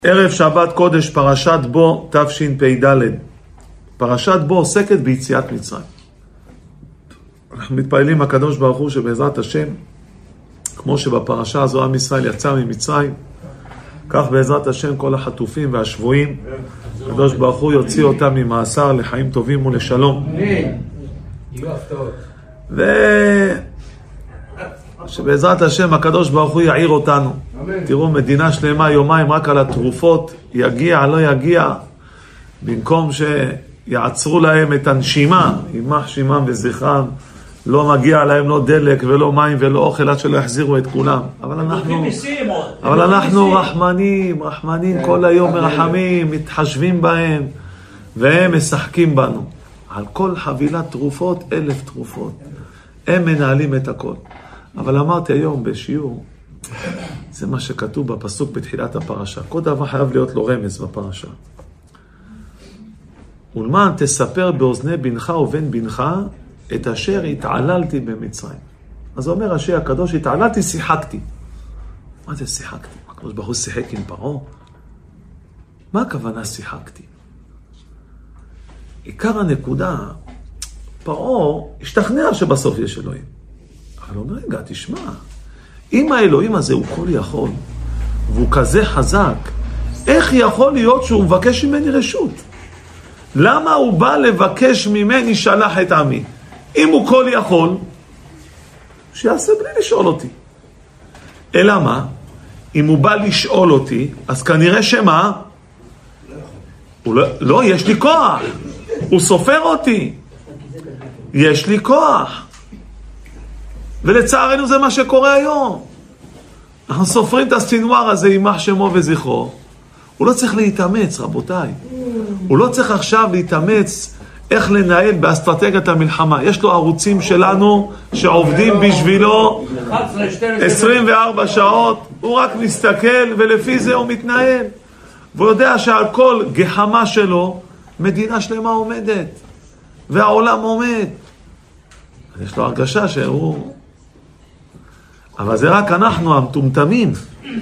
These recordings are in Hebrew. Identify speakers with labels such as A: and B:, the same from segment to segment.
A: ערב שבת קודש פרשת בו תשפ"ד. פרשת בו עוסקת ביציאת מצרים. אנחנו מתפללים הקדוש ברוך הוא שבעזרת השם, כמו שבפרשה הזו עם ישראל יצא ממצרים, כך בעזרת השם כל החטופים והשבויים, הקדוש ברוך הוא יוציא אותם ממאסר לחיים טובים ולשלום. שבעזרת השם הקדוש ברוך הוא יעיר אותנו. תראו, מדינה שלמה יומיים רק על התרופות, יגיע לא יגיע, במקום שיעצרו להם את הנשימה, יימח שמם וזכרם, לא מגיע להם לא דלק ולא מים ולא אוכל עד שלא יחזירו את כולם. אבל אנחנו רחמנים כל היום מרחמים, מתחשבים בהם, והם משחקים בנו. על כל חבילת תרופות 1,000 תרופות. הם מנהלים את הכל. אבל אמרתי היום בשיעור, זה מה שכתוב בפסוק בתחילת הפרשה. כל דבר חייב להיות לו רמז בפרשה. ולמען תספר באוזני בנך ובן בנך את אשר התעללתי במצרים. אז אומר רש"י הקדוש, התעללתי, שיחקתי. מה זה שיחקתי? הקדוש ברוך הוא שיחק עם פרעה? מה הכוונה שיחקתי? עיקר הנקודה, פרעה השתכנע שבסוף יש אלוהים. אבל הוא אומר, רגע, תשמע, אם האלוהים הזה הוא כל יכול, והוא כזה חזק, איך יכול להיות שהוא מבקש ממני רשות? למה הוא בא לבקש ממני שלח את עמי? אם הוא כל יכול, שיעשה בלי לשאול אותי. אלא מה? אם הוא בא לשאול אותי, אז כנראה שמה? לא, יש לי כוח. הוא סופר אותי. יש לי כוח. ולצערנו זה מה שקורה היום. אנחנו סופרים את הסינואר הזה, יימח שמו וזכרו. הוא לא צריך להתאמץ, רבותיי. הוא לא צריך עכשיו להתאמץ איך לנהל באסטרטגיית המלחמה. יש לו ערוצים שלנו שעובדים בשבילו 24 שעות. הוא רק מסתכל ולפי זה הוא מתנהל. והוא יודע שעל כל גחמה שלו מדינה שלמה עומדת. והעולם עומד. יש לו הרגשה שהוא... אבל זה רק אנחנו המטומטמים.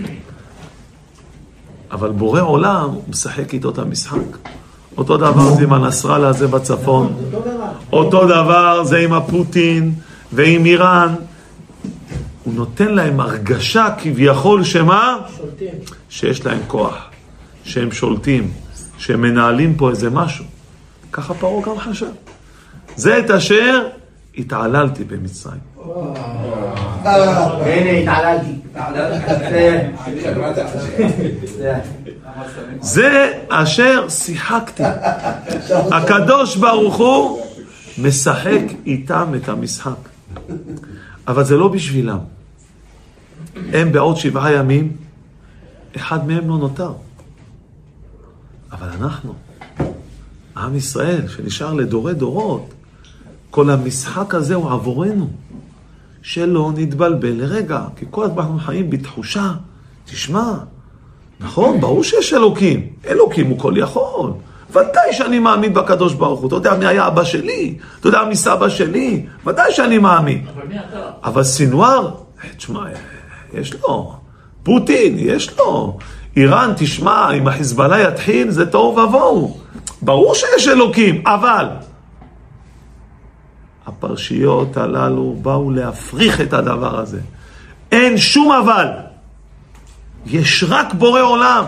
A: אבל בורא עולם הוא משחק איתו את המשחק. אותו דבר זה עם הנסראללה הזה בצפון. אותו דבר זה עם הפוטין ועם איראן. הוא נותן להם הרגשה כביכול שמה? שיש להם כוח. שהם שולטים. שהם מנהלים פה איזה משהו. ככה פרעה גם חשב. זה את אשר התעללתי במצרים.
B: הנה, התעללתי.
A: זה אשר שיחקתי. הקדוש ברוך הוא משחק איתם את המשחק. אבל זה לא בשבילם. הם בעוד 7 ימים, אחד מהם לא נותר. אבל אנחנו, עם ישראל שנשאר לדורי דורות, כל המשחק הזה הוא עבורנו. שלא נתבלבל לרגע, כי כל הזמן אנחנו חיים בתחושה, תשמע, נכון, ברור שיש אלוקים, אלוקים הוא כל יכול, ודאי שאני מאמין בקדוש ברוך הוא, אתה יודע מי היה אבא שלי, אתה יודע מי סבא שלי, ודאי שאני מאמין, אבל סינואר, תשמע, יש לו, פוטין, יש לו, איראן, תשמע, אם החיזבאללה יתחיל, זה טוב ובואו, ברור שיש אלוקים, אבל... הפרשיות הללו באו להפריך את הדבר הזה. אין שום אבל. יש רק בורא עולם.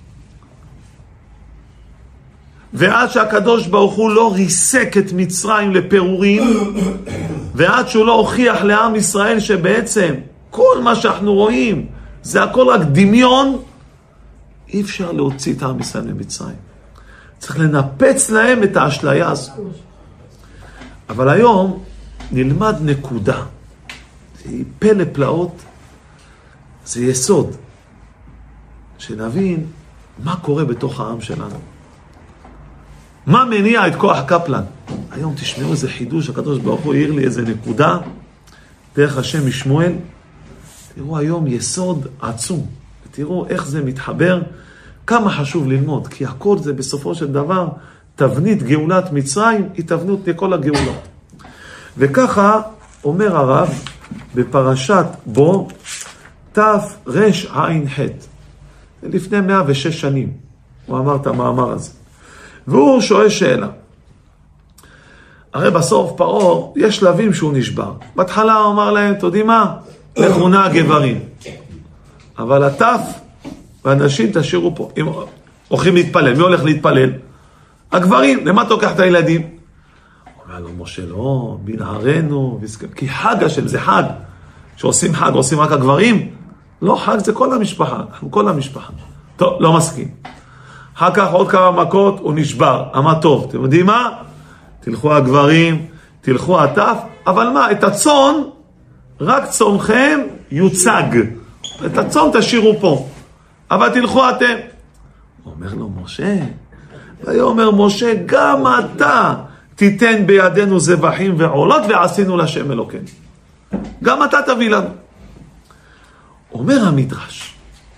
A: ועד שהקדוש ברוך הוא לא ריסק את מצרים לפירורים, ועד שהוא לא הוכיח לעם ישראל שבעצם כל מה שאנחנו רואים זה הכל רק דמיון, אי אפשר להוציא את העם ישראל למצרים. צריך לנפץ להם את האשליה הזו. אבל היום נלמד נקודה. זה פלא פלאות, זה יסוד. שנבין מה קורה בתוך העם שלנו. מה מניע את כוח קפלן? היום תשמעו איזה חידוש, הקדוש ברוך הוא העיר לי איזה נקודה, דרך השם משמואל. תראו היום יסוד עצום. תראו איך זה מתחבר, כמה חשוב ללמוד, כי הכל זה בסופו של דבר, תבנית גאולת מצרים היא תבנית לכל הגאולות. וככה אומר הרב בפרשת בו תרע"ח. לפני 106 שנים. הוא אמר את המאמר הזה. והוא שואל שאלה. הרי בסוף פרעה, יש שלבים שהוא נשבר. בהתחלה הוא אמר להם, אתה יודעים מה? לכו נא הגברים. אבל הטף והנשים תשאירו פה. אם הולכים להתפלל, מי הולך להתפלל? הגברים. למה אתה לוקח את הילדים? הוא אומר לו, משה, לא, בנהרנו, כי חג השם זה חג. שעושים חג, עושים רק הגברים? לא, חג זה כל המשפחה, אנחנו כל המשפחה. טוב, לא מסכים. אחר כך עוד כמה מכות, הוא נשבר. אמר, טוב, אתם יודעים מה? תלכו הגברים, תלכו הטף, אבל מה? את הצאן, רק צאנכם יוצג. את הצאן תשאירו פה. אבל תלכו אתם. הוא אומר לו, משה, והוא אומר, משה, גם אתה תיתן בידינו זבחים ועולות ועשינו לשם אלוקינו. גם אתה תביא לנו. אומר המדרש,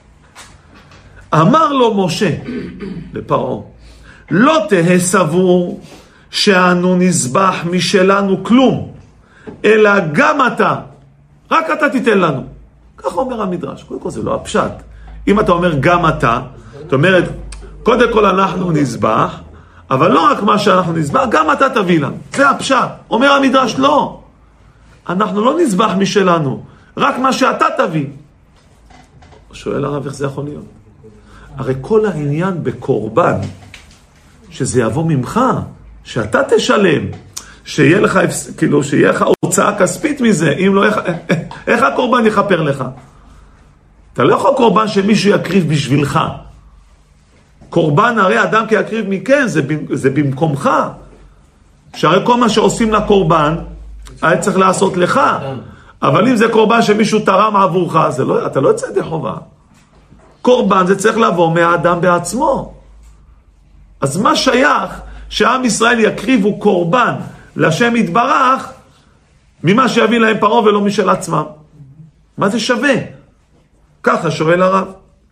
A: אמר לו משה לפרעה, לא תהיה סבור שאנו נזבח משלנו כלום, אלא גם אתה, רק אתה תיתן לנו. ככה אומר המדרש. קודם כל זה לא הפשט. אם אתה אומר גם אתה, זאת אומרת, קודם כל אנחנו נזבח, אבל לא רק מה שאנחנו נזבח, גם אתה תביא לנו. זה הפשט. אומר המדרש, לא. אנחנו לא נזבח משלנו, רק מה שאתה תביא. שואל הרב, איך זה יכול להיות? הרי כל העניין בקורבן, שזה יבוא ממך, שאתה תשלם, שיהיה לך, כאילו, שיהיה לך הוצאה כספית מזה, אם לא, איך הקורבן יכפר לך? אתה לא יכול קורבן שמישהו יקריב בשבילך. קורבן הרי אדם כי יקריב מכן, זה במקומך. שהרי כל מה שעושים לקורבן, היה צריך לעשות לך. אבל אם זה קורבן שמישהו תרם עבורך, אתה לא יוצא ידי חובה. קורבן זה צריך לבוא מהאדם בעצמו. אז מה שייך שעם ישראל יקריבו קורבן לשם יתברך, ממה שיביא להם פרעה ולא משל עצמם? מה זה שווה? ככה שואל הרב.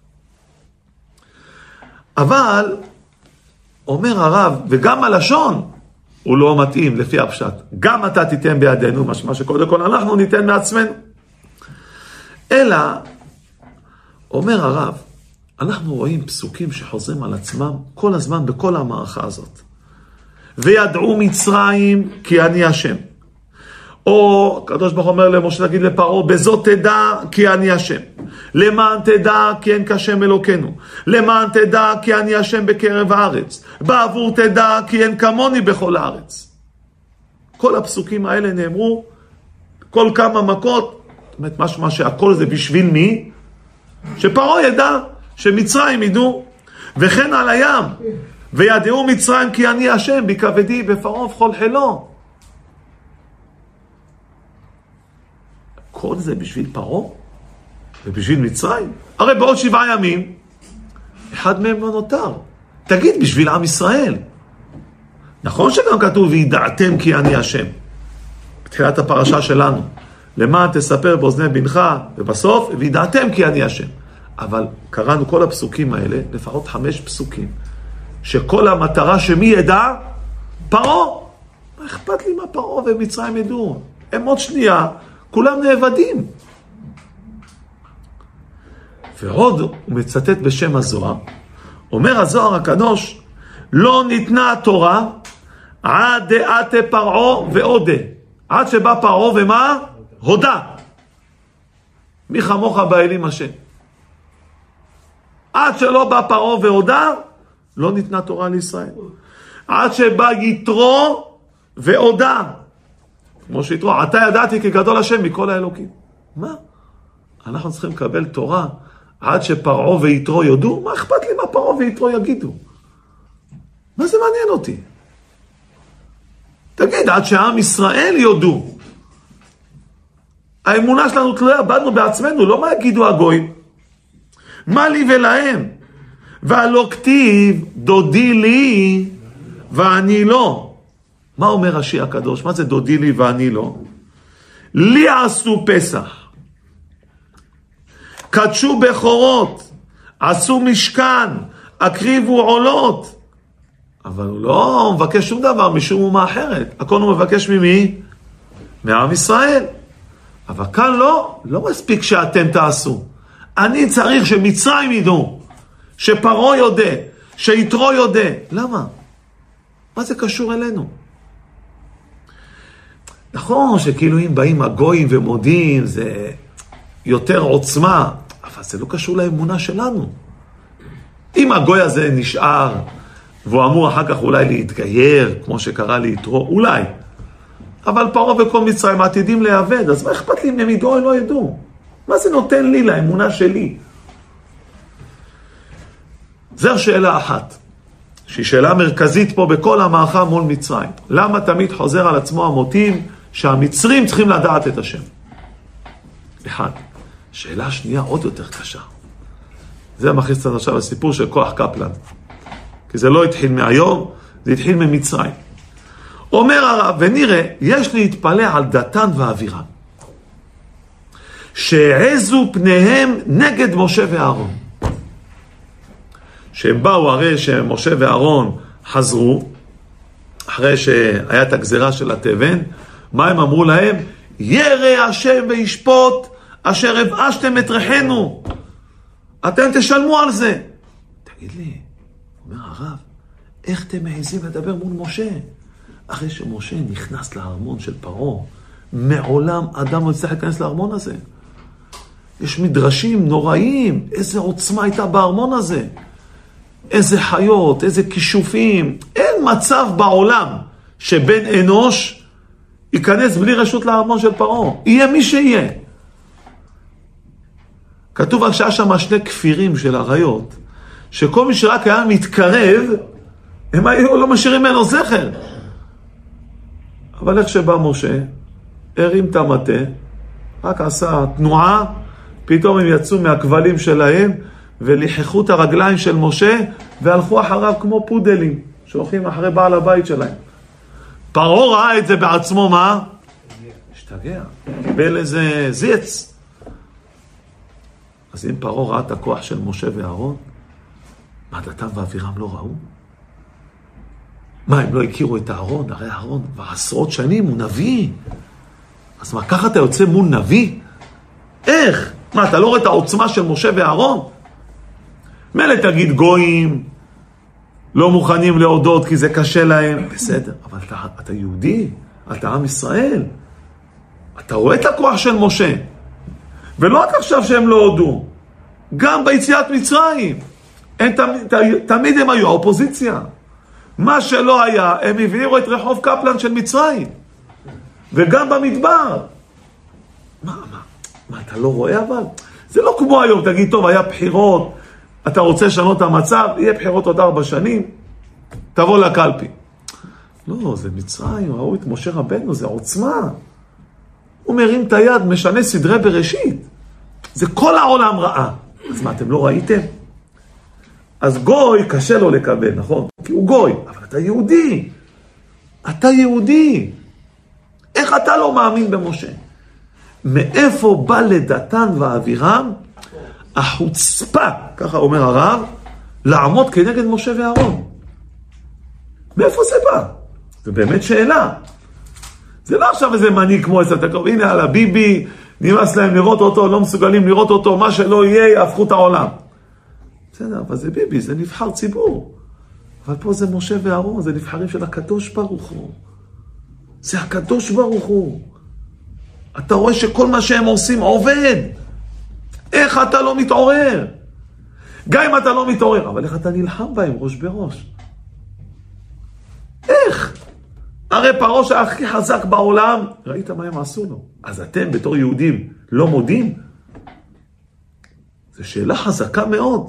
A: אבל, אומר הרב, וגם הלשון הוא לא מתאים לפי הפשט. גם אתה תיתן בידינו, מה שקודם כל אנחנו ניתן מעצמנו. אלא, אומר הרב, אנחנו רואים פסוקים שחוזרים על עצמם כל הזמן בכל המערכה הזאת. וידעו מצרים כי אני השם. או הקדוש ברוך הוא אומר למשה, תגיד לפרעה, בזאת תדע כי אני השם. למען תדע כי אין כשם אלוקינו. למען תדע כי אני השם בקרב הארץ. בעבור תדע כי אין כמוני בכל הארץ. כל הפסוקים האלה נאמרו כל כמה מכות. זאת אומרת, משמע שהכל זה בשביל מי? שפרעה ידע, שמצרים ידעו. וכן על הים. וידעו מצרים כי אני השם בכבדי בפרעה ובכל חילו. כל זה בשביל פרעה ובשביל מצרים. הרי בעוד 7 ימים, אחד מהם לא נותר. תגיד, בשביל עם ישראל. נכון שגם כתוב, וידעתם כי אני השם. בתחילת הפרשה שלנו. למען תספר באוזני בנך, ובסוף, וידעתם כי אני השם. אבל קראנו כל הפסוקים האלה, לפחות 5 פסוקים, שכל המטרה שמי ידע? פרעה. מה אכפת לי מה פרעה ומצרים ידעו? הם עוד שנייה, כולם נאבדים. ועוד הוא מצטט בשם הזוהר, אומר הזוהר הקדוש, לא ניתנה התורה עד דעת פרעה ועודה. עד שבא פרעה ומה? הודה. מי חמוך באלים השם. עד שלא בא פרעה והודה, לא ניתנה תורה לישראל. עד שבא יתרו והודה. כמו שיתרו, אתה ידעתי כי גדול השם מכל האלוקים. מה? אנחנו צריכים לקבל תורה עד שפרעה ויתרו יודו? מה אכפת לי מה פרעה ויתרו יגידו? מה זה מעניין אותי? תגיד, עד שעם ישראל יודו. האמונה שלנו תלויה בנו בעצמנו, לא מה יגידו הגויים. מה לי ולהם? והלא כתיב דודי לי ואני לא. מה אומר רש"י הקדוש? מה זה דודי לי ואני לא? לי עשו פסח, קדשו בכורות, עשו משכן, הקריבו עולות. אבל הוא לא מבקש שום דבר משום אומה אחרת. הכל הוא מבקש ממי? מעם ישראל. אבל כאן לא מספיק שאתם תעשו. אני צריך שמצרים ידעו. שפרעה יודע, שיתרו יודע. למה? מה זה קשור אלינו? נכון שכאילו אם באים הגויים ומודים, זה יותר עוצמה, אבל זה לא קשור לאמונה שלנו. אם הגוי הזה נשאר, והוא אמור אחר כך אולי להתגייר, כמו שקרה ליתרו, אולי. אבל פרעה וכל מצרים עתידים להיאבד, אז מה אכפת לי אם הם ידעו או לא ידעו? מה זה נותן לי לאמונה שלי? זו שאלה אחת, שהיא שאלה מרכזית פה בכל המערכה מול מצרים. למה תמיד חוזר על עצמו המוטיב שהמצרים צריכים לדעת את השם? אחד. שאלה שנייה עוד יותר קשה. זה מכניס קצת עכשיו לסיפור של כוח קפלן. כי זה לא התחיל מהיום, זה התחיל ממצרים. אומר הרב, ונראה, יש להתפלא על דתן ואבירם, שהעזו פניהם נגד משה ואהרון. שהם באו הרי שמשה ואהרון חזרו, אחרי שהיה את הגזרה של התבן, מה הם אמרו להם? ירא השם וישפוט אשר הבאשתם את ריחנו. אתם תשלמו על זה. תגיד לי, אומר הרב, איך אתם מעזים לדבר מול משה? אחרי שמשה נכנס לארמון של פרעה, מעולם אדם לא יצטרך להיכנס לארמון הזה. יש מדרשים נוראים, איזה עוצמה הייתה בארמון הזה. איזה חיות, איזה כישופים. אין מצב בעולם שבן אנוש ייכנס בלי רשות לארמון של פרעה. יהיה מי שיהיה. כתוב רק שהיה שם שני כפירים של הריות, שכל מי שרק היה מתקרב, הם היו לא משאירים ממנו זכר. אבל איך שבא משה, הרים את המטה, רק עשה תנועה, פתאום הם יצאו מהכבלים שלהם, וליחכו את הרגליים של משה, והלכו אחריו כמו פודלים, שהולכים אחרי בעל הבית שלהם. פרעה ראה את זה בעצמו, מה? השתגע, קיבל איזה זיץ. אז אם פרעה ראה את הכוח של משה ואהרון, מה דתן ואבירם לא ראו? מה, הם לא הכירו את אהרון? הרי אהרון כבר עשרות שנים הוא נביא. אז מה, ככה אתה יוצא מול נביא? איך? מה, אתה לא רואה את העוצמה של משה ואהרון? מילא תגיד גויים, לא מוכנים להודות כי זה קשה להם. בסדר, אבל אתה יהודי, אתה עם ישראל. אתה רואה את הכוח של משה. ולא רק עכשיו שהם לא הודו, גם ביציאת מצרים. תמיד הם היו האופוזיציה. מה שלא היה, הם הבהירו את רחוב קפלן של מצרים. וגם במדבר. מה, אתה לא רואה אבל? זה לא כמו היום, תגיד, טוב, היה בחירות, אתה רוצה לשנות את המצב, יהיה בחירות עוד 4 שנים, תבוא לקלפי. לא, זה מצרים, ראו את משה רבנו, זה עוצמה. הוא מרים את היד, משנה סדרי בראשית. זה כל העולם ראה. אז מה, אתם לא ראיתם? אז גוי קשה לו לקבל, נכון? כי הוא גוי, אבל אתה יהודי. אתה יהודי. איך אתה לא מאמין במשה? מאיפה בא לדתן ואבירם החוצפה, ככה אומר הרב, לעמוד כנגד משה ואהרון? מאיפה זה בא? זה באמת שאלה. זה לא עכשיו איזה מנהיג כמו איזה תקרוב, הנה על הביבי, נמאס להם לראות אותו, לא מסוגלים לראות אותו, מה שלא יהיה, יהפכו את העולם. בסדר, אבל זה ביבי, זה נבחר ציבור. אבל פה זה משה ואהרון, זה נבחרים של הקדוש ברוך הוא. זה הקדוש ברוך הוא. אתה רואה שכל מה שהם עושים עובד. איך אתה לא מתעורר? גם אם אתה לא מתעורר, אבל איך אתה נלחם בהם ראש בראש? איך? הרי פרעה שהכי חזק בעולם, ראית מה הם עשו לו. אז אתם בתור יהודים לא מודים? זו שאלה חזקה מאוד.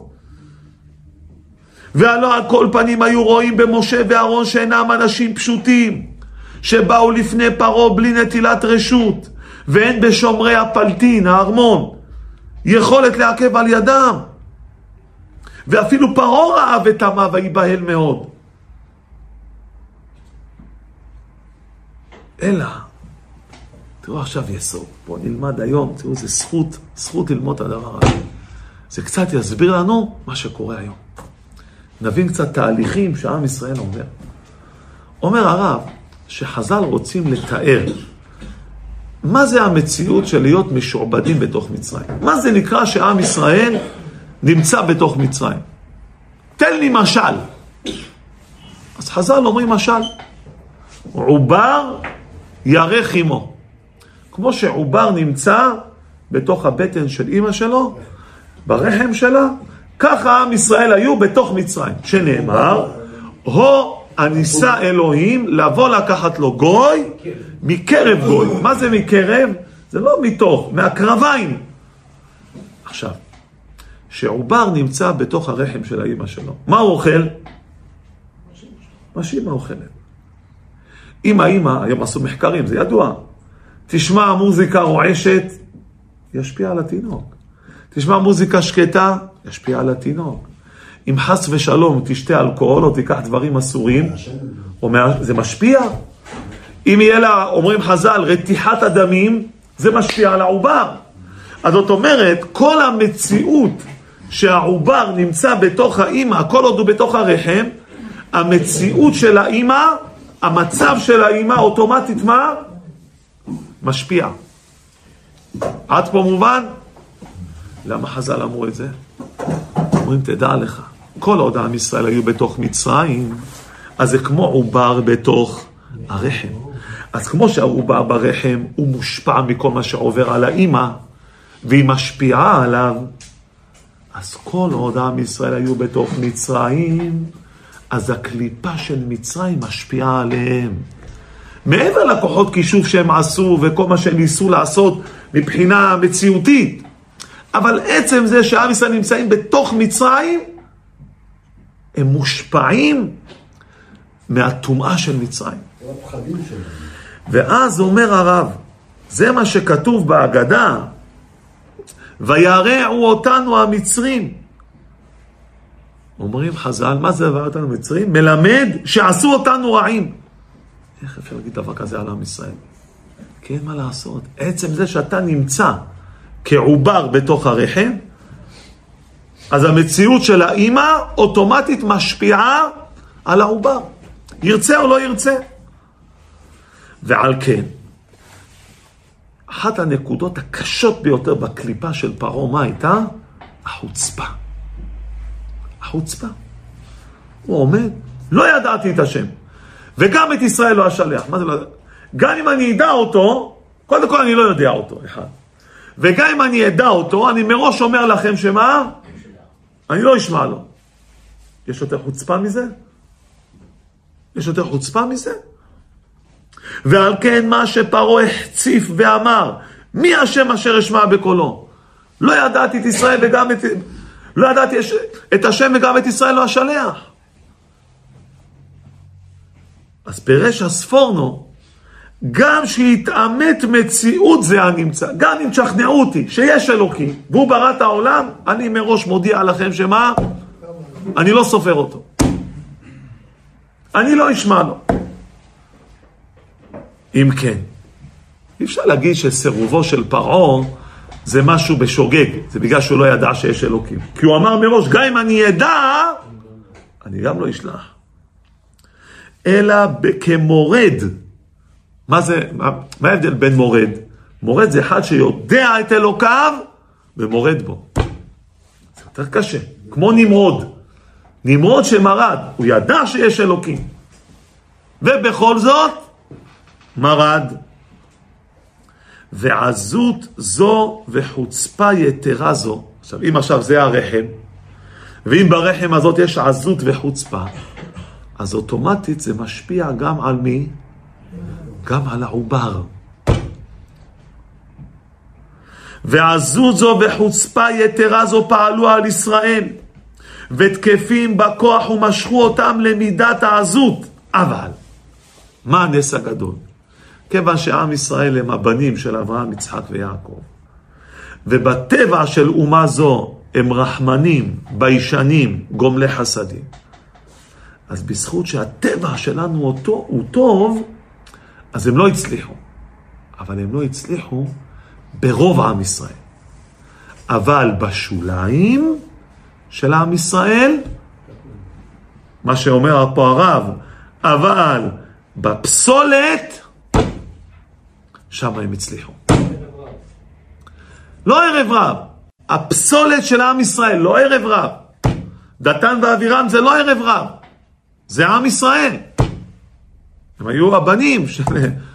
A: והלא על כל פנים היו רואים במשה ואהרון שאינם אנשים פשוטים, שבאו לפני פרעה בלי נטילת רשות, ואין בשומרי הפלטין, הארמון, יכולת לעכב על ידם. ואפילו פרעה ראה ותמה ויבהל מאוד. אלא, תראו עכשיו יסוד, בואו נלמד היום, תראו, זה זכות ללמוד את הדבר הזה. זה קצת יסביר לנו מה שקורה היום. נבין קצת תהליכים שעם ישראל אומר. אומר הרב שחז"ל רוצים לתאר מה זה המציאות של להיות משועבדים בתוך מצרים. מה זה נקרא שעם ישראל נמצא בתוך מצרים. תן לי משל. אז חז"ל אומרים משל. עובר ירך עמו. כמו שעובר נמצא בתוך הבטן של אמא שלו, ברחם שלה, ככה עם ישראל היו בתוך מצרים. שנאמר, הו הניסה אלוהים לבוא לקחת לו גוי מקרב גוי. מה זה מקרב? זה לא מתוך, מהקרביים. עכשיו, שעובר נמצא בתוך הרחם של האמא שלו. מה הוא אוכל? מה שאמא אוכלת. אם האמא, היום עשו מחקרים, זה ידוע. תשמע מוזיקה רועשת, ישפיע על התינוק. תשמע מוזיקה שקטה, ישפיע על התינוק. אם חס ושלום תשתה אלכוהול או תיקח דברים אסורים, זה משפיע. אם יהיה לה, אומרים חז"ל, רתיחת הדמים, זה משפיע על העובר. אז זאת אומרת, כל המציאות שהעובר נמצא בתוך האמא, כל עוד הוא בתוך הרחם, המציאות של האמא, המצב של האמא אוטומטית מה? משפיע. עד פה מובן? למה חז"ל אמרו את זה? אומרים, תדע לך, כל עוד עם ישראל היו בתוך מצרים, אז זה כמו עובר בתוך הרחם. אז כמו שהעובר ברחם, הוא מושפע מכל מה שעובר על האמא, והיא משפיעה עליו, אז כל עוד עם ישראל היו בתוך מצרים, אז הקליפה של מצרים משפיעה עליהם. מעבר לכוחות כישוף שהם עשו וכל מה שהם ניסו לעשות מבחינה מציאותית. אבל עצם זה שעם ישראל נמצאים בתוך מצרים, הם מושפעים מהטומאה של מצרים. ואז אומר הרב, זה מה שכתוב בהגדה, וירעו אותנו המצרים. אומרים חז"ל, מה זה וירעו אותנו המצרים? מלמד שעשו אותנו רעים. איך אפשר להגיד דבר כזה על עם ישראל? כי אין מה לעשות. עצם זה שאתה נמצא כעובר בתוך הרחם, אז המציאות של האמא אוטומטית משפיעה על העובר. ירצה או לא ירצה. ועל כן, אחת הנקודות הקשות ביותר בקליפה של פרעה, מה הייתה? החוצפה. החוצפה. הוא עומד, לא ידעתי את השם. וגם את ישראל לא אשלח. מה זה לא? גם אם אני ידע אותו, קודם כל אני לא יודע אותו, אחד. וגם אם אני ידע אותו, אני מראש אומר לכם שמה? אני לא אשמע לו. יש יותר חוצפה מזה? יש יותר חוצפה מזה? ועל כן מה שפרעה החציף ואמר, מי השם אשר אשמע בקולו? לא ידעתי את ישראל וגם את... לא ידעתי את השם וגם את ישראל לא אשלח. אז פירש הספורנו, גם שהתאמת מציאות זה הנמצא, גם אם תשכנעו אותי שיש אלוקים, והוא ברא את העולם, אני מראש מודיע לכם שמה? אני לא סופר אותו. אני לא אשמע לו. אם כן, אי אפשר להגיד שסירובו של פרעה זה משהו בשוגג, זה בגלל שהוא לא ידע שיש אלוקים. כי הוא אמר מראש, גם אם אני ידע, אני גם לא אשלח. אלא כמורד. מה זה? מה ההבדל בין מורד? מורד זה אחד שיודע את אלוקיו ומורד בו. זה יותר קשה. כמו נמרוד. נמרוד שמרד. הוא ידע שיש אלוקים. ובכל זאת, מרד. ועזות זו וחוצפה יתרה זו. עכשיו, אם עכשיו זה הרחם, ואם ברחם הזאת יש עזות וחוצפה, אז אוטומטית זה משפיע גם על מי? גם על העובר. ועזות זו וחוצפה יתרה זו פעלו על ישראל, ותקפים בכוח ומשכו אותם למידת העזות. אבל, מה הנס הגדול? כיוון שעם ישראל הם הבנים של אברהם, יצחק ויעקב, ובטבע של אומה זו הם רחמנים, ביישנים, גומלי חסדים. אז בזכות שהטבע שלנו הוא טוב, אז הם לא הצליחו. אבל הם לא הצליחו ברוב עם ישראל. אבל בשוליים של עם ישראל, מה שאומר פה הרב, אבל בפסולת, שם הם הצליחו. לא ערב רב. הפסולת של עם ישראל, לא ערב רב. דתן ואבירם זה לא ערב רב, זה עם ישראל. הם היו הבנים של...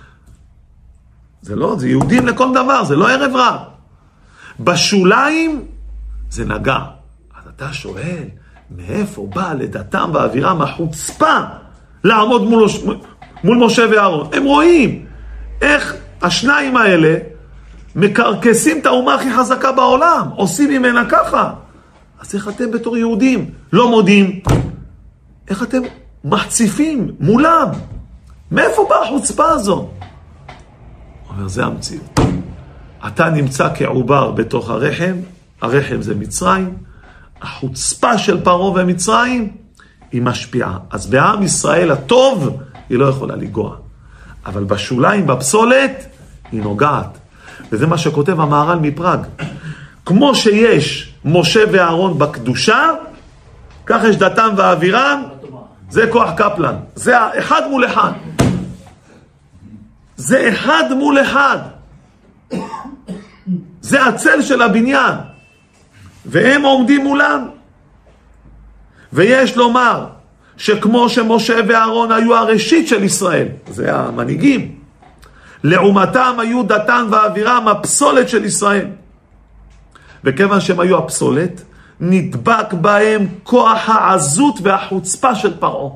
A: זה לא, זה יהודים לכל דבר, זה לא ערב רב. בשוליים זה נגע. אז אתה שואל, מאיפה בא לדתם ואבירם החוצפה לעמוד מול משה ואהרון? הם רואים איך השניים האלה מקרקסים את האומה הכי חזקה בעולם, עושים ממנה ככה. אז איך אתם בתור יהודים לא מודים? איך אתם מחציפים מולם? מאיפה באה החוצפה הזו? אומר, זה המציאות. אתה נמצא כעובר בתוך הרחם, הרחם זה מצרים, החוצפה של פרעה ומצרים היא משפיעה. אז בעם ישראל הטוב היא לא יכולה לגוע. אבל בשוליים, בפסולת, היא נוגעת. וזה מה שכותב המהר"ל מפראג. כמו שיש משה ואהרון בקדושה, כך יש דתם ואבירם, זה כוח קפלן. זה אחד מול אחד. זה אחד מול אחד. זה הצל של הבניין. והם עומדים מולם. ויש לומר שכמו שמשה ואהרון היו הראשית של ישראל, זה המנהיגים, לעומתם היו דתן ואבירם הפסולת של ישראל. וכיוון שהם היו הפסולת, נדבק בהם כוח העזות והחוצפה של פרעה.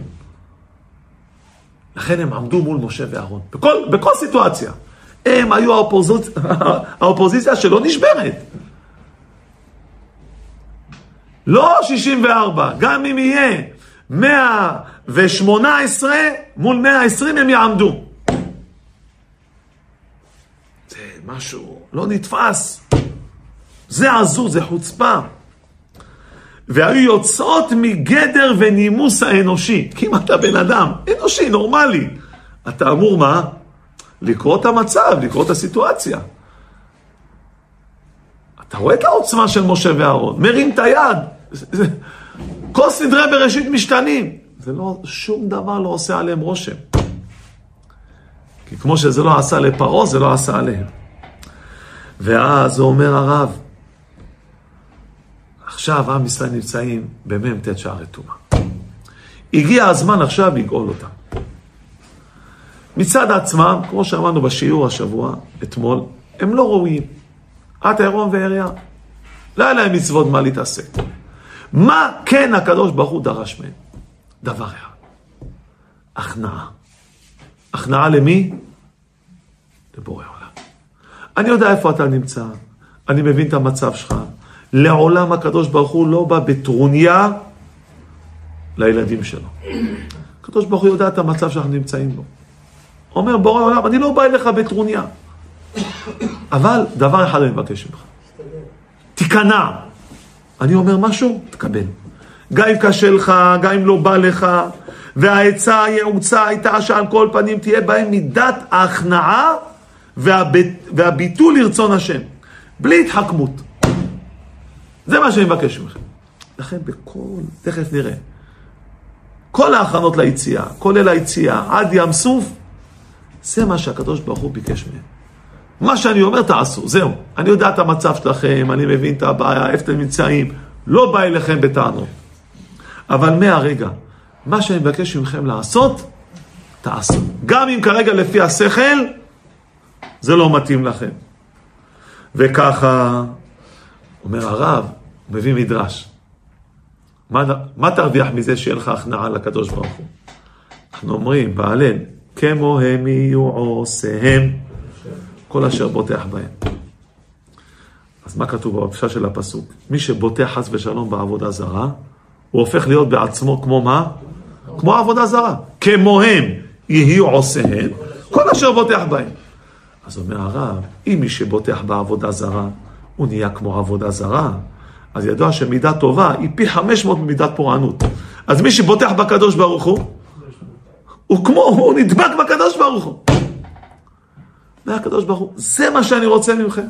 A: לכן הם עמדו מול משה ואהרון. בכל סיטואציה. הם היו האופוזיציה שלא נשברת. לא 64, גם אם יהיה 118 מול 120 הם יעמדו. זה משהו לא נתפס. זה עזות, זה חוצפה. והיו יוצאות מגדר ונימוס האנושי. כי אם אתה בן אדם אנושי, נורמלי, אתה אמור מה? לקרוא את המצב, לקרוא את הסיטואציה. אתה רואה את העוצמה של משה ואהרון, מרים את היד. כל סדרי בראשית משתנים. זה לא, שום דבר לא עושה עליהם רושם. כי כמו שזה לא עשה לפרעה, זה לא עשה עליהם. ואז אומר הרב, עכשיו עם ישראל נמצאים במ"ט שערי טומאה. הגיע הזמן עכשיו לגאול אותם. מצד עצמם, כמו שאמרנו בשיעור השבוע, אתמול, הם לא ראויים. ערום ועריה. לא היה להם מצוות מה להתעסק. מה כן הקדוש ברוך הוא דרש מהם? דבר אחד. הכנעה. הכנעה למי? לבורא עולם. אני יודע איפה אתה נמצא. אני מבין את המצב שלך. לעולם הקדוש ברוך הוא לא בא בטרוניה לילדים שלו. הקדוש ברוך הוא יודע את המצב שאנחנו נמצאים בו. אומר בורא עולם, אני לא בא אליך בטרוניה. אבל דבר אחד אני מבקש ממך. תיכנע. אני אומר משהו, תקבל. גם אם קשה לך, גם אם לא בא לך, והעצה הייעוצה הייתה שעל כל פנים תהיה בהם מידת ההכנעה והביטול לרצון השם. בלי התחכמות. זה מה שאני מבקש ממך. לכן תכף נראה. כל ההכנות ליציאה, כולל היציאה, עד ים סוף, זה מה שהקדוש ברוך הוא ביקש מהם. מה שאני אומר תעשו, זהו. אני יודע את המצב שלכם, אני מבין את הבעיה, איפה אתם נמצאים, לא בא אליכם בטענות. אבל מהרגע, מה שאני מבקש ממכם לעשות, תעשו. גם אם כרגע לפי השכל, זה לא מתאים לכם. וככה, אומר הרב, הוא מביא מדרש. מה תרוויח מזה שיהיה לך הכנעה לקדוש ברוך הוא? אנחנו אומרים, בהלל, כמו הם יהיו עושיהם, כל אשר בוטח בהם. אז מה כתוב בפשט של הפסוק? מי שבוטח חס ושלום בעבודה זרה, הוא הופך להיות בעצמו כמו מה? כמו עבודה זרה. כמו הם יהיו עושיהם, כל אשר בוטח בהם. אז אומר הרב, אם מי שבוטח בעבודה זרה, הוא נהיה כמו עבודה זרה, אז ידוע שמידה טובה היא פי 500 ממידת פורענות. אז מי שבוטח בקדוש ברוך הוא נדבק בקדוש ברוך הוא. מהקדוש ברוך הוא. זה מה שאני רוצה ממכם.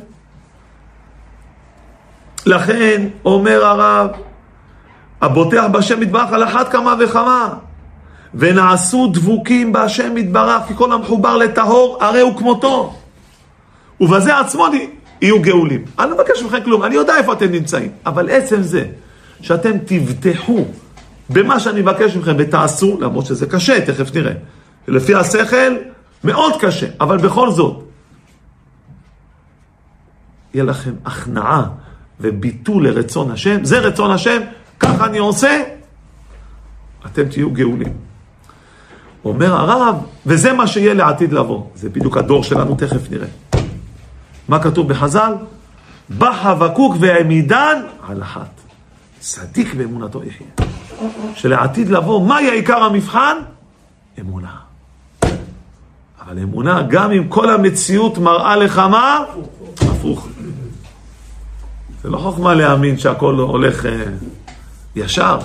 A: לכן אומר הרב, הבוטח בשם יתברך על אחת כמה וכמה, ונעשו דבוקים בהשם יתברך, כי כל המחובר לטהור הרי הוא כמותו. ובזה עצמו יהיו גאולים. אני לא מבקש מכם כלום, אני יודע איפה אתם נמצאים. אבל עצם זה שאתם תבטחו במה שאני מבקש מכם ותעשו, למרות שזה קשה, תכף נראה. לפי השכל, מאוד קשה, אבל בכל זאת, יהיה לכם הכנעה וביטול לרצון השם, זה רצון השם, ככה אני עושה, אתם תהיו גאולים. אומר הרב, וזה מה שיהיה לעתיד לבוא. זה בדיוק הדור שלנו, תכף נראה. מה כתוב בחז"ל? בא חבקוק והעמידן על אחת. צדיק באמונתו יחיה. שלעתיד לבוא, מה יהיה עיקר המבחן? אמונה. אבל אמונה, גם אם כל המציאות מראה לך מה? הפוך. זה לא חוכמה להאמין שהכל הולך ישר.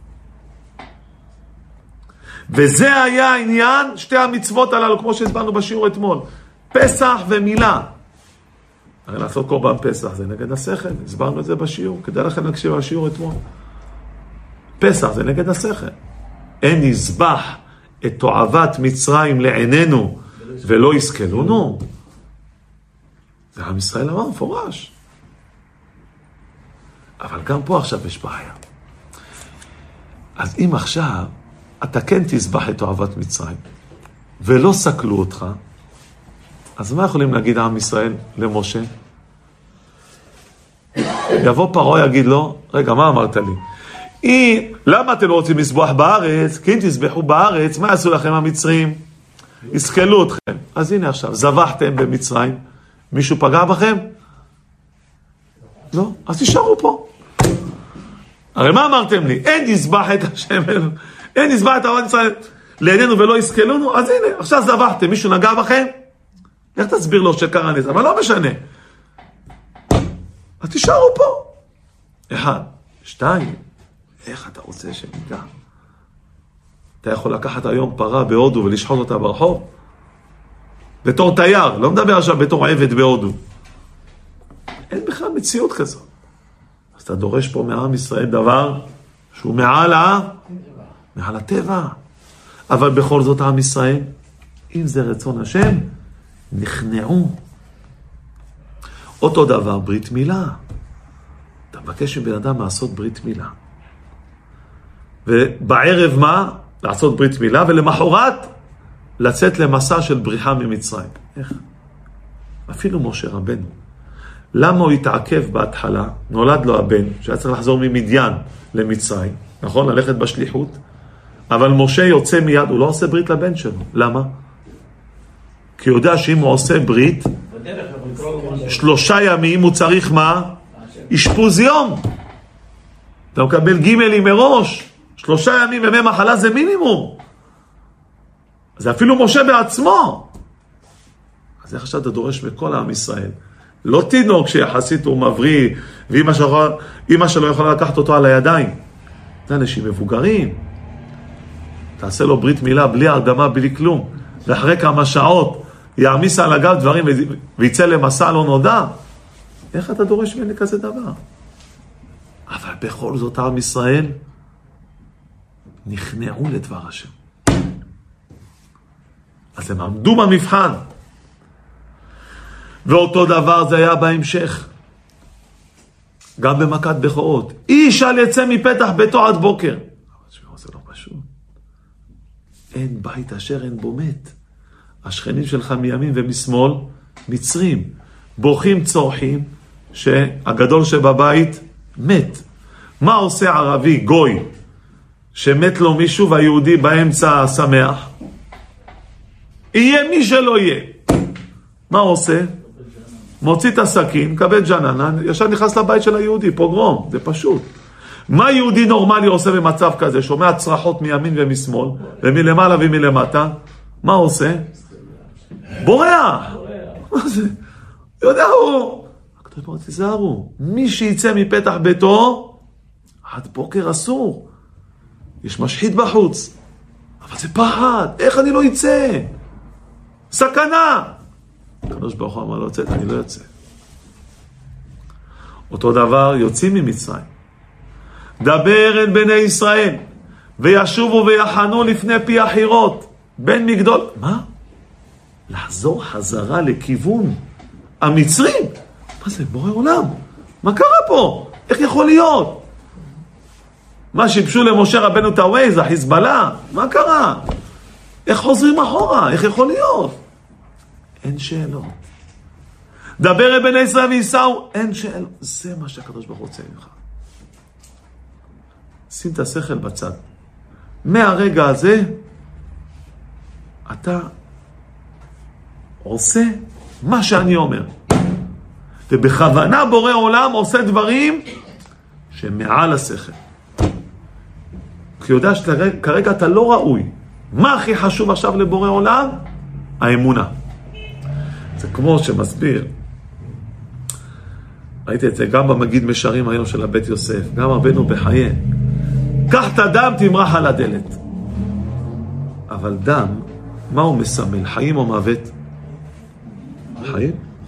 A: וזה היה העניין, שתי המצוות הללו, כמו שהסברנו בשיעור אתמול. פסח ומילה. הרי לעשות קורבן פסח, זה נגד השכל. הסברנו את זה בשיעור. כדאי לכם להקשיב בשיעור אתמול. פסח זה נגד השכל. אין נזבח את תועבת מצרים לעינינו ולא יסכלונו. זה עם ישראל אמר מפורש. אבל גם פה עכשיו יש בעיה. אז אם עכשיו אתה כן תזבח את תועבת מצרים ולא סכלו אותך, אז מה יכולים להגיד עם ישראל למשה? יבוא פרעה יגיד לו, רגע, מה אמרת לי? למה אתם לא רוצים לסבוח בארץ? כי אם תסבחו בארץ, מה יעשו לכם המצרים? יסכלו אתכם. אז הנה עכשיו, זבחתם במצרים, מישהו פגע בכם? לא, אז תישארו פה. הרי מה אמרתם לי? אין נזבח את השם, אין נזבח את תועבת ישראל לעינינו ולא יסכלונו, אז הנה, עכשיו זבחתם, מישהו נגע בכם? איך תסביר לו שקרה נס? אבל לא משנה. אז תישארו פה. 1, 2, איך אתה רוצה שניגע? אתה יכול לקחת היום פרה בהודו ולשחוט אותה ברחוב? בתור תייר, לא מדבר עכשיו בתור עבד בהודו. אין בכלל מציאות כזאת. אז אתה דורש פה מעם ישראל דבר שהוא מעל הטבע. אבל בכל זאת עם ישראל, אם זה רצון השם, נכנעו. אותו דבר, ברית מילה. אתה מבקש מבן אדם לעשות ברית מילה. ובערב מה? לעשות ברית מילה, ולמחרת לצאת למסע של בריחה ממצרים. איך? אפילו משה רבנו. למה הוא התעכב בהתחלה? נולד לו הבן, שהיה צריך לחזור ממדיין למצרים, נכון? ללכת בשליחות. אבל משה יוצא מיד, הוא לא עושה ברית לבן שלו. למה? כי הוא יודע שאם הוא עושה ברית, 3 ימים הוא צריך מה? אשפוז יום. אתה מקבל גימלים מראש. 3 ימים ימי מחלה זה מינימום. זה אפילו משה בעצמו. אז איך עכשיו אתה דורש בכל העם ישראל? לא תינוק שיחסית הוא מבריא, ואמא שלו יכולה לקחת אותו על הידיים. זה אנשים מבוגרים. תעשה לו ברית מילה בלי הרדמה, בלי כלום. ואחרי כמה שעות יעמיס על הגב דברים ויצא למסע לא נודע. איך אתה דורש ממני כזה דבר? אבל בכל זאת עם ישראל נכנעו לדבר השם. אז הם עמדו במבחן. ואותו דבר זה היה בהמשך. גם במכת בכורות. איש אל יצא מפתח ביתו עד בוקר. זה לא פשוט. אין בית אשר אין בו מת. השכנים שלך מימין ומשמאל, מצרים, בוכים צורכים, שהגדול שבבית מת. מה עושה ערבי, גוי, שמת לו מישהו והיהודי באמצע שמח? יהיה מי שלא יהיה. מה עושה? מוציא את הסכין, קבל ג'ננה, ישר נכנס לבית של היהודי, פוגרום, זה פשוט. מה יהודי נורמלי עושה במצב כזה? שומע צרחות מימין ומשמאל, ומלמעלה ומלמטה, מה עושה? בורח. מה זה? יודע הוא. הקדוש ברוך הוא תיזהרו. מי שיצא מפתח ביתו, עד בוקר אסור. יש משחית בחוץ. אבל זה פחד. איך אני לא יצא? סכנה. הקדוש ברוך הוא אמר לא יוצאת, אני לא יוצא. אותו דבר יוצאים ממצרים. דבר אל בני ישראל, וישובו ויחנו לפני פי החירות. בן מגדול. מה? לחזור חזרה לכיוון המצרים? מה זה? בורא עולם. מה קרה פה? איך יכול להיות? מה שיבשו למשה רבנו את הווייז, החיזבאללה? מה קרה? איך חוזרים אחורה? איך יכול להיות? אין שאלות. דבר בני ישראל ויסעו, אין שאלות. זה מה שהקדוש ברוך הוא רוצה ממך. שים את השכל בצד. מהרגע הזה, אתה עושה מה שאני אומר. ובכוונה בורא עולם עושה דברים שמעל השכל. כי יודע שכרגע אתה לא ראוי. מה הכי חשוב עכשיו לבורא עולם? האמונה. זה כמו שמסביר. ראיתי את זה גם במגיד משרים היום של הבית יוסף, גם רבנו בחיי. קח את הדם, תמרח על הדלת. אבל דם, מה הוא מסמל? חיים או מוות? חיים?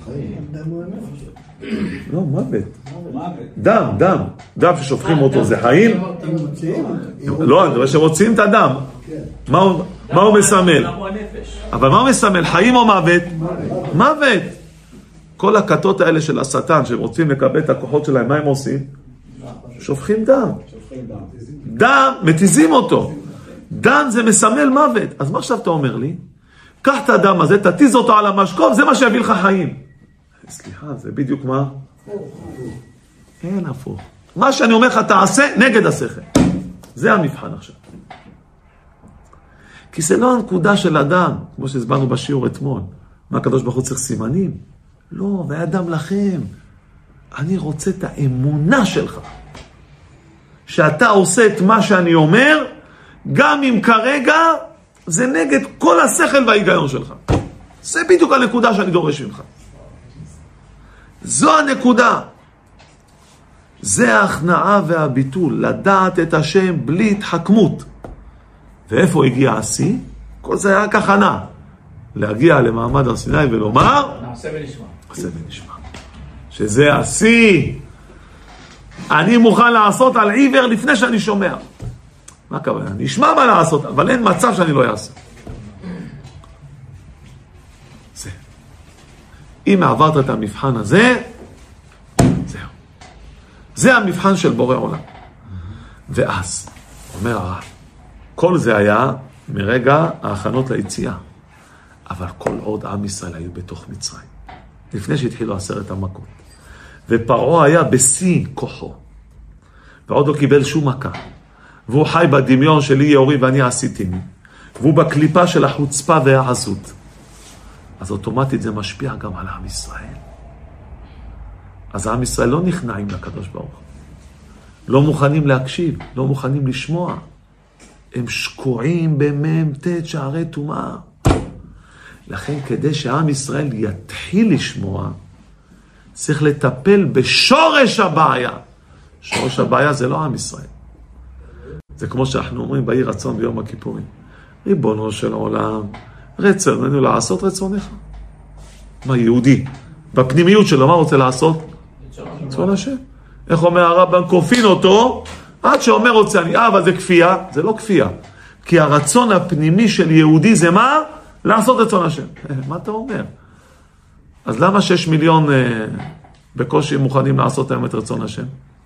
A: לא, מוות. דם. דם ששופכים אותו זה חיים? לא, אני רואה שמוציאים את הדם. מה הוא מסמל? אבל מה הוא מסמל? חיים או מוות? מוות. כל הכתות האלה של השטן שהם רוצים לקבל את הכוחות שלהם, מה הם עושים? שופכים דם. דם, מתיזים אותו. דם זה מסמל מוות. אז מה עכשיו אתה אומר לי? קח את הדם הזה, תתיז אותו על המשקוף, זה מה שיביא לך חיים. סליחה, זה בדיוק מה? אין הפוך. מה שאני אומר לך תעשה נגד השכל. זה המבחן עכשיו. כי זה לא הנקודה של אדם, כמו שהסברנו בשיעור אתמול. מה הקדוש ברוך הוא צריך סימנים? לא, ואדם לכם. אני רוצה את האמונה שלך. שאתה עושה את מה שאני אומר, גם אם כרגע זה נגד כל השכל וההיגיון שלך. זה בדיוק הנקודה שאני דורש ממך. זו הנקודה. זה ההכנעה והביטול, לדעת את השם בלי התחכמות. ואיפה הגיע השיא? כל זה היה כהכנה. להגיע למעמד הר סיני ולומר, נעשה ונשמע. נעשה ונשמע. שזה השיא. אני מוכן לעשות על עיוור לפני שאני שומע. מה הכוונה? אני אשמע מה לעשות, אבל אין מצב שאני לא אעשה. זה. אם עברת את המבחן הזה, זהו. זה המבחן של בורא עולם. ואז, אומר הרב, כל זה היה מרגע ההכנות ליציאה. אבל כל עוד עם ישראל היו בתוך מצרים. לפני שהתחילו 10 המכות. ופרעה היה בשיא כוחו. ועוד לא קיבל שום מכה. והוא חי בדמיון שלי יאורי ואני עשיתיני. והוא בקליפה של החוצפה והעזות. אז אוטומטית זה משפיע גם על עם ישראל. אז עם ישראל לא נכנעים לקדוש ברוך הוא. לא מוכנים להקשיב, לא מוכנים לשמוע. הם שקועים במ"ט שערי טומאה. לכן כדי שעם ישראל יתחיל לשמוע, צריך לטפל בשורש הבעיה. שורש הבעיה זה לא עם ישראל. זה כמו שאנחנו אומרים בעיר רצון ביום הכיפורים. ריבונו של עולם, רצוננו לעשות רצונך. מה יהודי? בפנימיות שלו, מה רוצה לעשות? רצון השם. איך אומר הרב? כופין אותו, עד שאומר רוצה אני, אבל זה כפייה. זה לא כפייה. כי הרצון הפנימי של יהודי זה מה? לעשות רצון השם. מה אתה אומר? אז למה 6 מיליון בקושי מוכנים לעשות היום את רצון השם?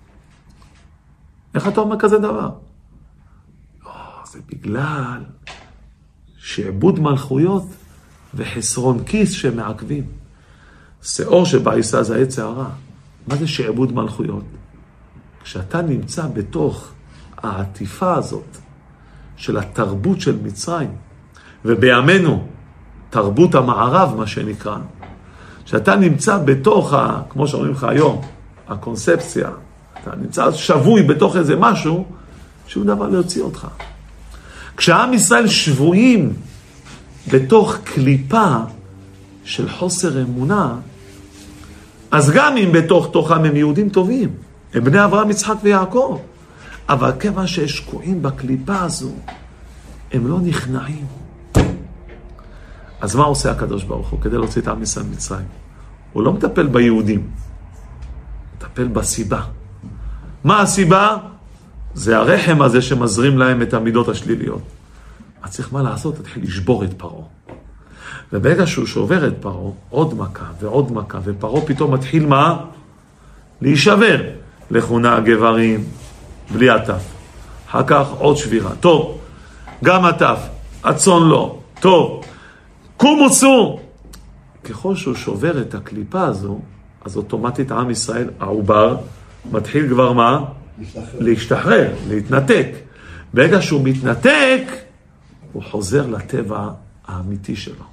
A: איך אתה אומר כזה דבר? זה בגלל שעבוד מלכויות וחסרון כיס שמעכבים. שאור שבעיסה זה העץ הרע. מה זה שעבוד מלכויות? כשאתה נמצא בתוך העטיפה הזאת של התרבות של מצרים, ובימינו תרבות המערב מה שנקרא, שאתה נמצא בתוך, כמו שאומרים לך היום, הקונספציה, אתה נמצא שבוי בתוך איזה משהו, שום דבר לא יוציא אותך. כשעם ישראל שבויים בתוך קליפה של חוסר אמונה, אז גם אם בתוך תוכם הם יהודים טובים, הם בני אברהם, יצחק ויעקב, אבל כיוון ששקועים בקליפה הזו, הם לא נכנעים. אז מה עושה הקדוש ברוך הוא כדי להוציא את עם ישראל מצרים? הוא לא מטפל ביהודים, הוא מטפל בסיבה. מה הסיבה? זה הרחם הזה שמזרים להם את המידות השליליות. אז צריך מה לעשות? תתחיל לשבור את פרעה. וברגע שהוא שובר את פרעה, עוד מכה ועוד מכה, ופרעה פתאום מתחיל מה? להישבר. לכונה גברים, בלי עטף. אחר כך עוד שבירה. טוב, גם הטף, הצאן לא. טוב, קומו צאו. ככל שהוא שובר את הקליפה הזו, אז אוטומטית עם ישראל, העובר, מתחיל כבר מה? להשתחרר, להתנתק. ברגע שהוא מתנתק, הוא חוזר לטבע האמיתי שלו.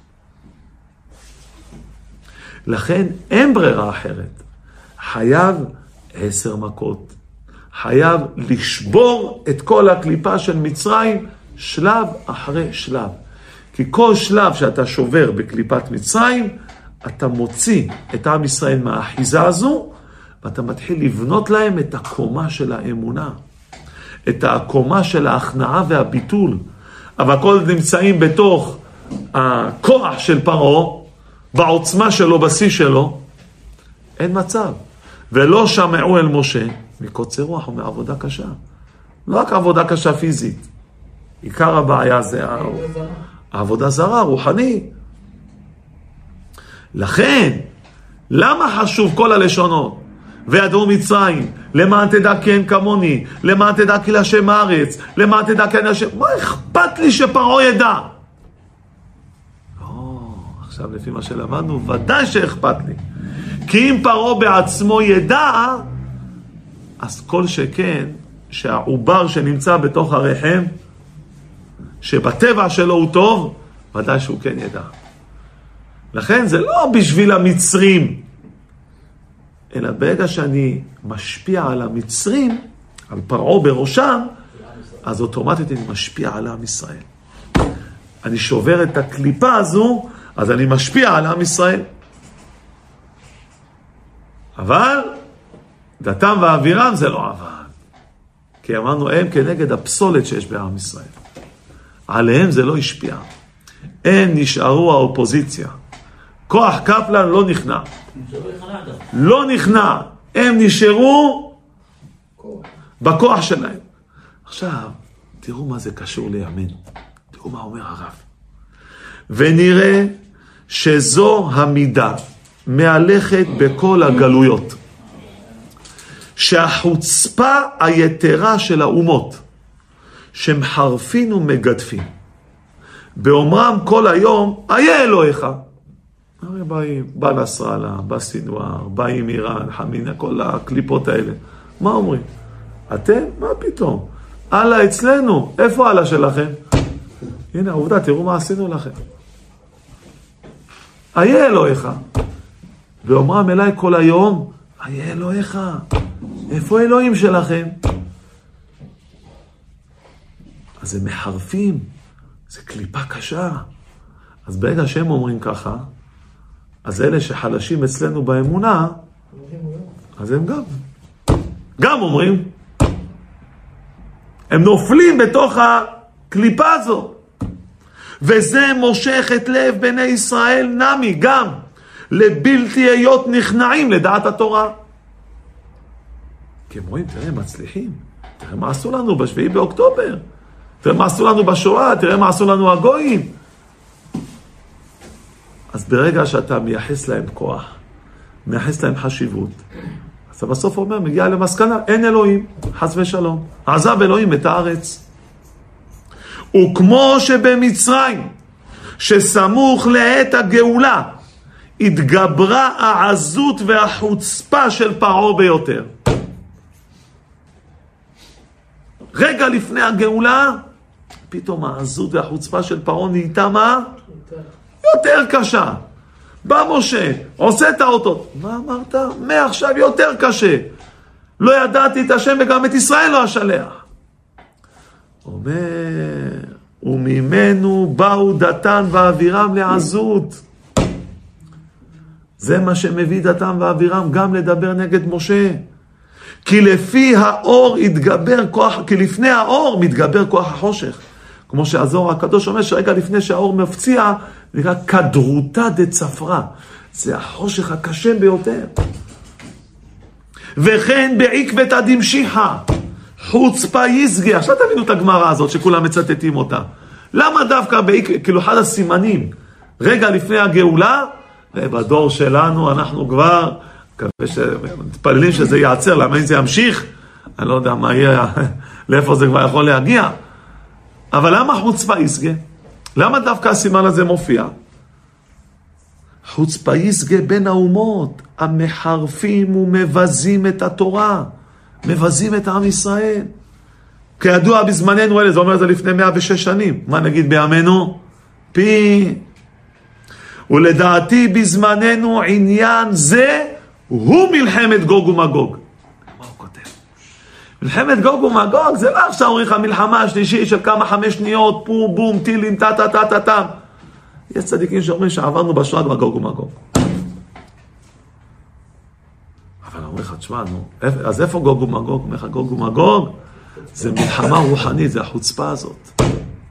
A: לכן אין ברירה אחרת. חייב 10 מכות. חייב לשבור את כל הקליפה של מצרים שלב אחרי שלב. כי כל שלב שאתה שובר בקליפת מצרים, אתה מוציא את עם ישראל מהאחיזה הזו, ואתה מתחיל לבנות להם את הקומה של האמונה. את הקומה של ההכנעה והביטול. אבל כל נמצאים בתוך הכוח של פרעה, בעוצמה שלו, בשיא שלו, אין מצב. ולא שמעו אל משה, מקוצר רוח ומעבודה קשה. לא רק עבודה קשה פיזית. עיקר הבעיה זה העבודה זרה, רוחני. לכן, למה חשוב כל הלשונות? וידעו מצרים, למען תדע כי אין כמוני, למען תדע כי להשם הארץ, למען תדע כי אין השם. מה אכפת לי שפרעה ידע? עכשיו לפי מה שלמדנו, ודאי שאכפת לי. כי אם פרעה בעצמו ידע, אז כל שכן שהעובר שנמצא בתוך הרחם, שבטבע שלו הוא טוב, ודאי שהוא כן ידע. לכן זה לא בשביל המצרים, אלא ברגע שאני משפיע על המצרים, על פרעה בראשם, אז אוטומטית אני משפיע על עם ישראל. אני שובר את הקליפה הזו, אז אני משפיע על עם ישראל. אבל דתם ואווירם זה לא עבד. כי אמרנו, הם כנגד הפסולת שיש בעם ישראל. עליהם זה לא השפיע. הם נשארו האופוזיציה. כוח קפלן לא נכנע. לא נכנע. הם נשארו בכוח שלהם. עכשיו, תראו מה זה קשור לימינו. תראו מה אומר הרב. ונראה שזו המידה מהלכת בכל הגלויות. שהחוצפה היתרה של האומות, שמחרפין ומגדפין, באומרם כל היום, היה אלוהיך. הרי באים, בא נסראללה, בא סינואר, באים איראן, חמינה, כל הקליפות האלה. מה אומרים? אתם? מה פתאום? אללה אצלנו, איפה אללה שלכם? הנה, עובדה, תראו מה עשינו לכם. היה אלוהיך. ואומרם אליי כל היום, היה אלוהיך. איפה אלוהים שלכם? אז הם מחרפים. זה קליפה קשה. אז ברגע שהם אומרים ככה, אז אלה שחלשים אצלנו באמונה, אז הם גם אומרים. הם נופלים בתוך הקליפה הזו. וזה מושך את לב בני ישראל נמי גם לבלתי היות נכנעים לדעת התורה. כי הם רואים, תראה, מצליחים. תראה מה עשו לנו ב7 באוקטובר. תראה מה עשו לנו בשואה. תראה מה עשו לנו הגויים. אז ברגע שאתה מייחס להם כוח, מייחס להם חשיבות, אז אתה בסוף אומר, מגיע למסקנה, אין אלוהים, חס ושלום. עזב אלוהים את הארץ. וכמו שבמצרים, שסמוך לעת הגאולה, התגברה העזות והחוצפה של פרעה ביותר. רגע לפני הגאולה, פתאום העזות והחוצפה של פרעה נהייתה מה? יותר קשה. בא משה, עושה את האותות. מה אמרת? מעכשיו יותר קשה. לא ידעתי את השם וגם את ישראל לא אשלח. אומר, וממנו באו דתן ואבירם לעזות. זה מה שמביא דתן ואבירם גם לדבר נגד משה. כי לפי האור התגבר כוח, כי לפני האור מתגבר כוח החושך. כמו שהזוהר הקדוש אומר שרגע לפני שהאור מפציע, נקרא כדרותה דצפרה. זה החושך הקשה ביותר. וכן בעקבתא דמשיחא, חוצפה יסגי. עכשיו תבינו את הגמרא הזאת שכולם מצטטים אותה. למה דווקא כאילו אחד הסימנים, רגע לפני הגאולה, ובדור שלנו אנחנו כבר, מתפללים שזה יעצר, למה אם זה ימשיך, אני לא יודע מה יהיה, לאיפה זה כבר יכול להגיע. אבל למה חוצפה יסגה? למה דווקא הסימן הזה מופיע? חוצפה יסגה בין האומות, המחרפים ומבזים את התורה, מבזים את עם ישראל. כידוע בזמננו אלה, זה אומר את זה לפני 106 שנים. מה נגיד בימינו? פי. ולדעתי בזמננו עניין זה הוא מלחמת גוג ומגוג. מה הוא כותב? מלחמת גוג ומגוג זה לא עכשיו אומרים לך מלחמה השלישית של כמה 5 שניות, פום בום, טילים, טה. יש צדיקים שאומרים שעברנו בשואה כבר גוג ומגוג. אבל אומרים לך, תשמע, אז איפה גוג ומגוג? אומר לך, גוג ומגוג זה מלחמה רוחנית, זה החוצפה הזאת.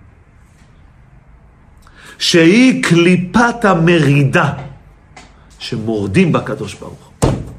A: שהיא קליפת המרידה שמורדים בקדוש ברוך.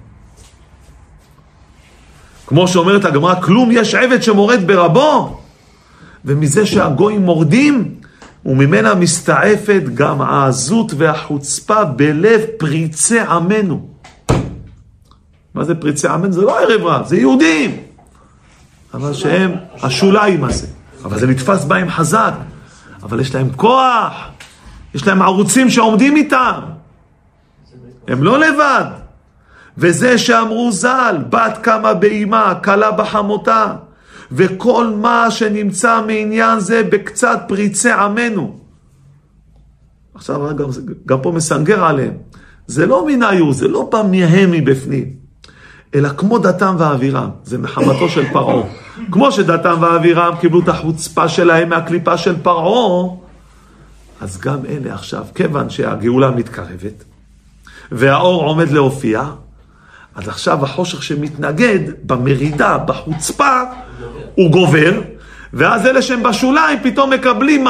A: כמו שאומרת הגמרא, כלום יש עבד שמורד ברבו, ומזה שהגויים מורדים, וממנה מסתעפת גם העזות והחוצפה בלב פריצי עמנו. מה זה פריצי עמנו? זה לא ערב רב, זה יהודים. אבל שהם השוליים הזה. אבל זה נתפס בהם חזק. אבל יש להם כוח. יש להם ערוצים שעומדים איתם. הם לא לבד. וזה שאמרו ז"ל, בת קמה באימה, קלה בחמותה. וכל מה שנמצא מעניין זה בקצת פריצי עמנו. עכשיו גם פה מסנגר עליהם. זה לא מנהיו, זה לא בא מהם מבפנים. אלא כמו דתם ואבירם, זה מחמתו של פרעה. כמו שדתם ואבירם קיבלו את החוצפה שלהם מהקליפה של פרעה, אז גם אלה עכשיו, כיוון שהגאולה מתקרבת, והאור עומד להופיע, אז עכשיו החושך שמתנגד במרידה, בחוצפה, הוא גובר, ואז אלה שהם בשוליים פתאום מקבלים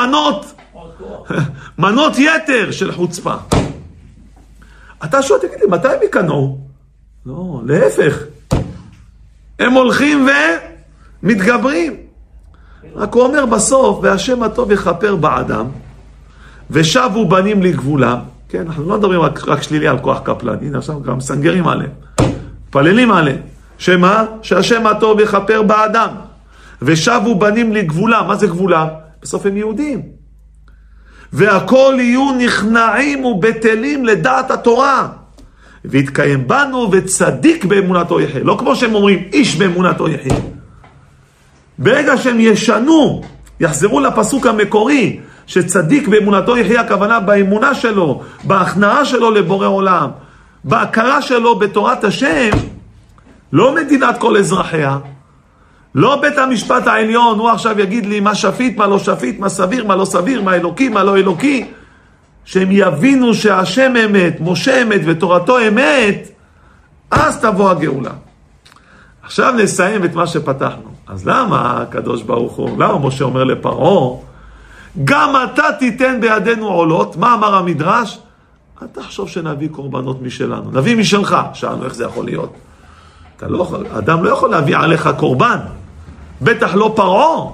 A: מנות יתר של חוצפה. אתה שואל, תגיד לי, מתי הם יקנעו? לא, להפך. הם הולכים ומתגברים. רק הוא אומר בסוף, והשם הטוב יכפר בעדם, ושבו בנים לגבולם. כן, אנחנו לא מדברים רק שלילי על כוח קפלן. הנה, עכשיו גם מסנגרים עליהם. פללים עליהם. שמה? שהשם הטוב יכפר בעדם. ושבו בנים לגבולם. מה זה גבולם? בסוף הם יהודים. והכל יהיו נכנעים ובטלים לדעת התורה. והתקיים בנו וצדיק באמונתו יחיה. לא כמו שהם אומרים, איש באמונתו יחיה. ברגע שהם ישנו, יחזרו לפסוק המקורי, שצדיק באמונתו יחיה, הכוונה באמונה שלו, בהכנעה שלו לבורא עולם, בהכרה שלו בתורת השם, לא מדינת כל אזרחיה, לא בית המשפט העליון, הוא עכשיו יגיד לי מה שפיט, מה לא שפיט, מה סביר, מה לא סביר, מה אלוקי, מה לא אלוקי, שהם יבינו שהשם אמת, משה אמת ותורתו אמת, אז תבוא הגאולה. עכשיו נסיים את מה שפתחנו. אז למה הקדוש ברוך הוא, למה משה אומר לפרעה, גם אתה תיתן בידינו עולות? מה אמר המדרש? אתה תחשוב שנביא קורבנות משלנו, נביא משלך. שאלנו איך זה יכול להיות. אדם לא יכול להביא עליך קורבן, בטח לא פרעה.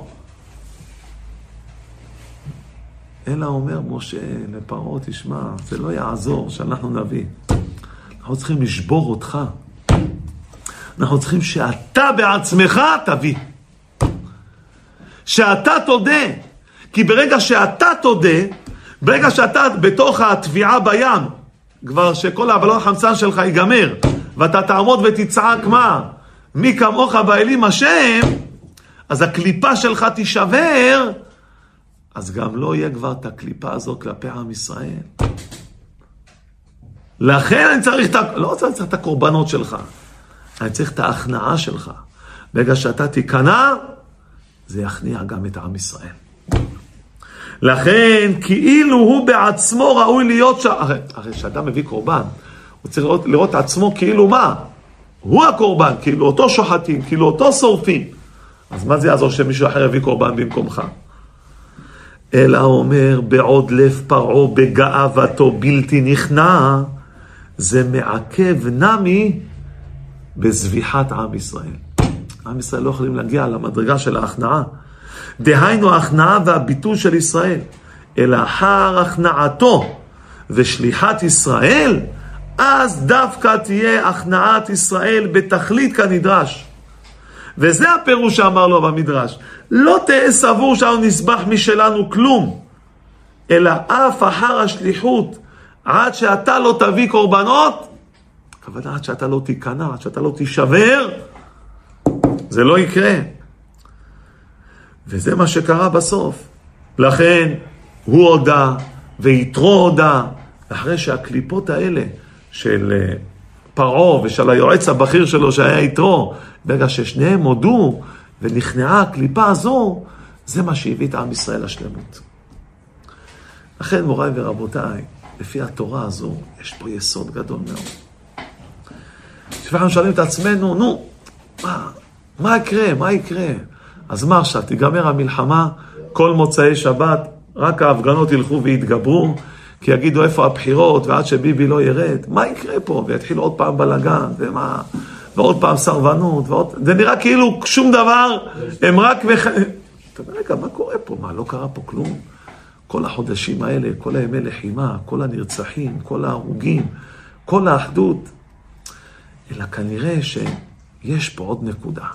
A: אלא אומר משה לפרעה, תשמע, זה לא יעזור שאנחנו נביא. אנחנו צריכים לשבור אותך. אנחנו צריכים שאתה בעצמך תביא. שאתה תודה. כי ברגע שאתה תודה, ברגע שאתה בתוך התביעה בים, כבר שכל הבלון חמצן שלך ייגמר, ואתה תעמוד ותצעק מה? מי כמוך באלים השם, אז הקליפה שלך תישבר, אז גם לא יהיה כבר את הקליפה הזו כלפי עם ישראל. לכן אני צריך לא צריך את הקורבנות שלך, אני צריך את ההכנעה שלך. ברגע שאתה תיכנע, זה יכניע גם את עם ישראל. לכן, כאילו הוא בעצמו ראוי להיות שם. הרי שאדם מביא קורבן, הוא צריך לראות את עצמו כאילו מה? הוא הקורבן, כאילו אותו שוחטים, כאילו אותו שורפים. אז מה זה יעזור שמישהו אחר יביא קורבן במקומך? אלא אומר, בעוד לב פרעה בגאוותו בלתי נכנע, זה מעכב נמי בזביחת עם ישראל. עם ישראל לא יכולים להגיע למדרגה של ההכנעה. דהיינו ההכנעה והביטול של ישראל, אלא אחר הכנעתו ושליחת ישראל, אז דווקא תהיה הכנעת ישראל בתכלית כנדרש. וזה הפירוש שאמר לו במדרש. לא תהיה סבור שאנו נסבח משלנו כלום, אלא אף אחר השליחות, עד שאתה לא תביא קורבנות, הכוונה עד שאתה לא תיכנע, עד שאתה לא תישבר, זה לא יקרה. וזה מה שקרה בסוף. לכן הוא הודע, ויתרו הודע, אחרי שהקליפות האלה של פרעה ושל היועץ הבכיר שלו שהיה יתרו, ברגע ששניהם הודו ונכנעה הקליפה הזו, זה מה שהביא את עם ישראל לשלמות. לכן מוריי ורבותיי, לפי התורה הזו, יש פה יסוד גדול מאוד. כשאנחנו שואלים את עצמנו, נו, מה יקרה? מה יקרה? אז מה עכשיו? תיגמר המלחמה, כל מוצאי שבת, רק ההפגנות ילכו ויתגברו, כי יגידו איפה הבחירות, ועד שביבי לא ירד, מה יקרה פה? ויתחיל עוד פעם בלגן, ועוד פעם סרבנות, זה נראה כאילו שום דבר, הם רק אתה אומר, רגע, מה קורה פה? מה, לא קרה פה כלום? כל החודשים האלה, כל הימי לחימה, כל הנרצחים, כל ההרוגים, כל האחדות, אלא כנראה שיש פה עוד נקודה.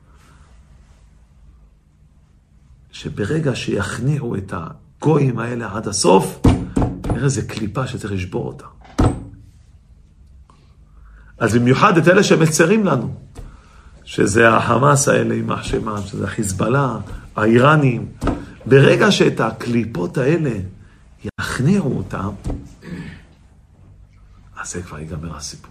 A: שברגע שיכניעו את הגויים האלה עד הסוף, נראה זה קליפה שצריך לשבור אותה. אז במיוחד את אלה שמצרים לנו, שזה החמאס האלה עם השמן, שזה החיזבאללה, האיראנים, ברגע שאת הקליפות האלה יכניעו אותם, אז זה כבר ייגמר הסיפור.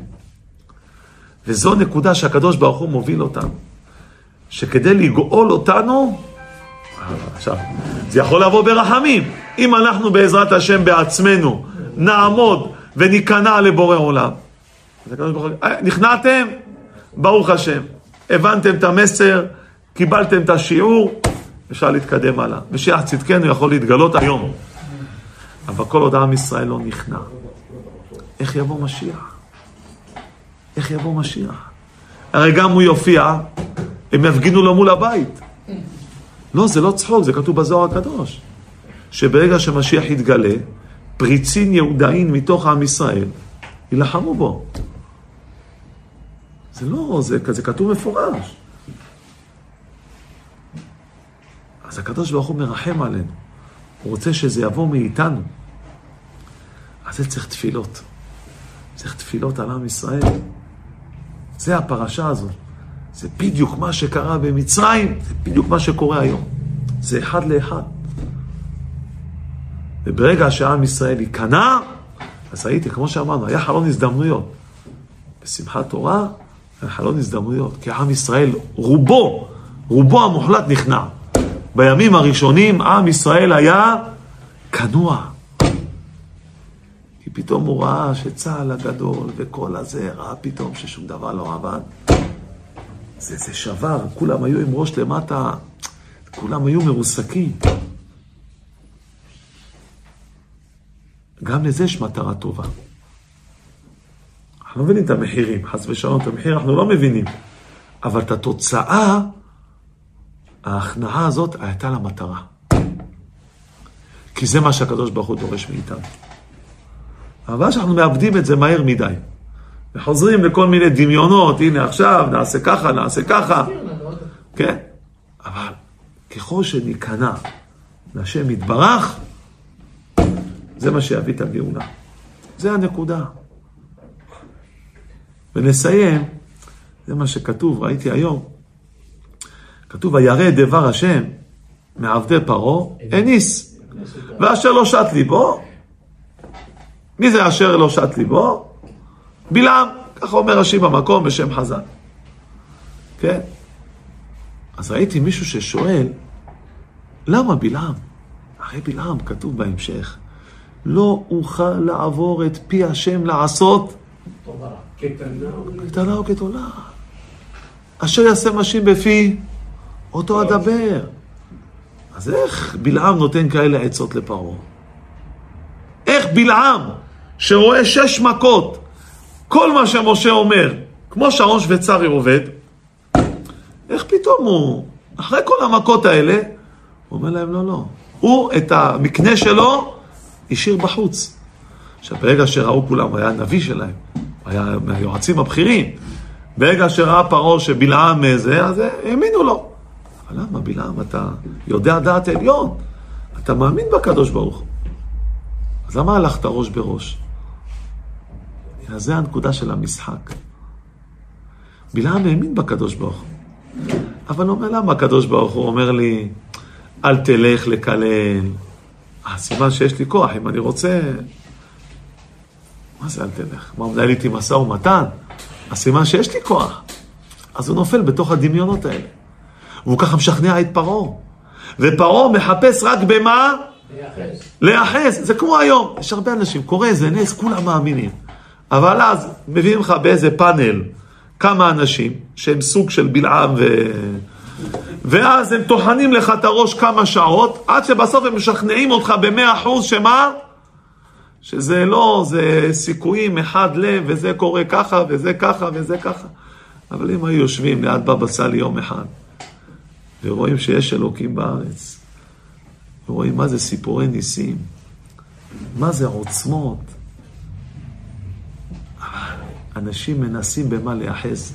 A: וזו נקודה שהקדוש ברוך הוא מוביל אותם, שכדי לגאול אותנו, עכשיו, זה יכול לבוא ברחמים. אם אנחנו בעזרת השם בעצמנו נעמוד וניכנע לבורא עולם. נכנעתם? ברוך השם. הבנתם את המסר, קיבלתם את השיעור, אפשר להתקדם הלאה. משיח צדקנו יכול להתגלות היום. אבל כל עוד עם ישראל לא נכנע. איך יבוא משיח? איך יבוא משיח? הרי גם הוא יופיע, הם יפגינו לו מול הבית. לא, זה לא צחוק, זה כתוב בזוהר הקדוש. שברגע שמשיח יתגלה, פריצין יהודאין מתוך עם ישראל, ילחמו בו. זה לא, זה כתוב מפורש. אז הקדוש ברוך הוא מרחם עלינו. הוא רוצה שזה יבוא מאיתנו. אז זה צריך תפילות. צריך תפילות על עם ישראל. זה הפרשה הזאת. זה בדיוק מה שקרה במצרים, זה בדיוק מה שקורה היום. זה אחד לאחד. וברגע שהעם ישראל ייכנע, אז ראיתי, כמו שאמרנו, היה חלון הזדמנויות. בשמחת תורה, היה חלון הזדמנויות. כי העם ישראל, רובו המוחלט נכנע. בימים הראשונים, עם ישראל היה כנוע. כי פתאום הוא ראה שצהל הגדול וכל הזה, ראה פתאום ששום דבר לא עבד. זה שבר, כולם היו עם ראש למטה, כולם היו מרוסקים. גם לזה יש מטרה טובה. אנחנו לא מבינים את המחירים, חס ושלום, את המחיר אנחנו לא מבינים. אבל את התוצאה, ההכנעה הזאת הייתה לה מטרה. כי זה מה שהקדוש ברוך הוא דורש מאיתנו. אבל שאנחנו מאבדים את זה מהר מדי. וחוזרים לכל מיני דמיונות, הנה עכשיו נעשה ככה, נעשה ככה. כן? אבל ככל שניכנע להשם יתברך, זה מה שיביא את הגאולה. זה הנקודה. ונסיים, זה מה שכתוב, ראיתי היום, כתוב, וירד דבר השם מעבדי פרעה, הניס, ואשר לא שט ליבו. מי זה אשר לא שט ליבו? בלעם, ככה אומר רש"י במקום בשם חז"ל. כן? אז ראיתי מישהו ששואל, למה בלעם? הרי בלעם כתוב בהמשך, לא אוכל לעבור את פי השם לעשות קטנה או כתולה. אשר יעשה משים בפי, אותו אדבר. אז איך בלעם נותן כאלה עצות לפרעה? איך בלעם שרואה 6 מכות, כל מה שמשה אומר, כמו שעון שוויצרי עובד, איך פתאום הוא, אחרי כל המכות האלה, הוא אומר להם לא. הוא את המקנה שלו השאיר בחוץ. עכשיו ברגע שראו כולם, היה הנביא שלהם, היה מהיועצים הבכירים, ברגע שראה פרעה שבלעם זה, אז האמינו לו. אבל למה בלעם? אתה יודע דעת עליון. אתה מאמין בקדוש ברוך הוא. אז למה הלכת ראש בראש? אז זה הנקודה של המשחק. בלעם האמין בקדוש ברוך הוא. אבל הוא אומר, למה הקדוש ברוך הוא אומר לי, אל תלך לקלל. סימן שיש לי כוח, אם אני רוצה... מה זה אל תלך? מה, מנהל איתי משא ומתן? הסימן שיש לי כוח. אז הוא נופל בתוך הדמיונות האלה. והוא ככה משכנע את פרעה. ופרעה מחפש רק במה? להיחס. זה כמו היום. יש הרבה אנשים, קורא איזה נס, כולם מאמינים. אבל אז מביאים לך באיזה פאנל כמה אנשים שהם סוג של בלעם ואז הם תוחנים לך את הראש כמה שעות, עד שבסוף הם משכנעים אותך ב100% שמה? שזה לא, זה סיכויים אחד לב, וזה קורה ככה, וזה ככה, וזה ככה. אבל אם היו יושבים ליד בבא סאלי יום אחד, ורואים שיש אלוקים בארץ, ורואים מה זה סיפורי ניסים, מה זה עוצמות, אנשים מנסים במה להיאחז.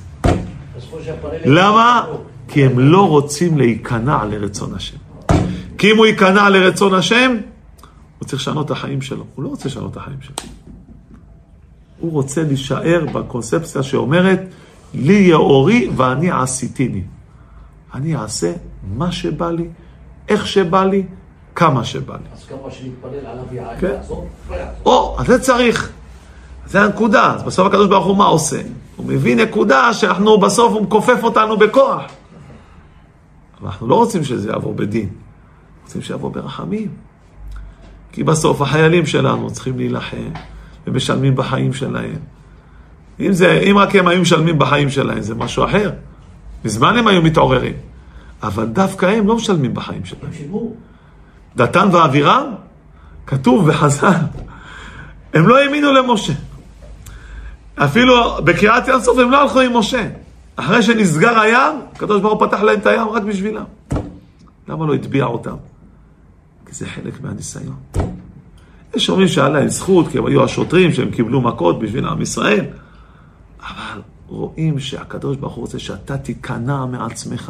A: למה? כי הם לא רוצים להיכנע לרצון השם. כי אם הוא ייכנע לרצון השם, הוא צריך לשנות את החיים שלו. הוא לא רוצה לשנות את החיים שלו. הוא רוצה להישאר בקונספציה שאומרת, לי יאורי ואני עשיתיני. אני אעשה מה שבא לי, איך שבא לי, כמה שבא לי.
B: אז כמה שנתפלל עליו יעד,
A: כן? אז זה צריך. זה הנקודה. אז בסוף הקדוש ברוך הוא מה עושה? הוא מביא נקודה שאנחנו בסוף הוא מכופף אותנו בכוח. אבל אנחנו לא רוצים שזה יעבור בדין. רוצים שיעבור ברחמים. כי בסוף החיילים שלנו צריכים להילחם ומשלמים בחיים שלהם. אם רק הם היו משלמים בחיים שלהם, זה משהו אחר. מזמן הם היו מתעוררים. אבל דווקא הם לא משלמים בחיים שלהם. דתן ואבירם, כתוב בחז"ל, הם לא האמינו למשה. אפילו בקריאת ים סוף הם לא הלכו עם משה. אחרי שנסגר הים, הקדוש ברוך הוא פתח להם את הים רק בשבילם. למה לא הטביע אותם? כי זה חלק מהניסיון. יש אומרים שהיה להם זכות, כי הם היו השוטרים שהם קיבלו מכות בשביל עם ישראל. אבל רואים שהקדוש ברוך הוא רוצה שאתה תיכנע מעצמך.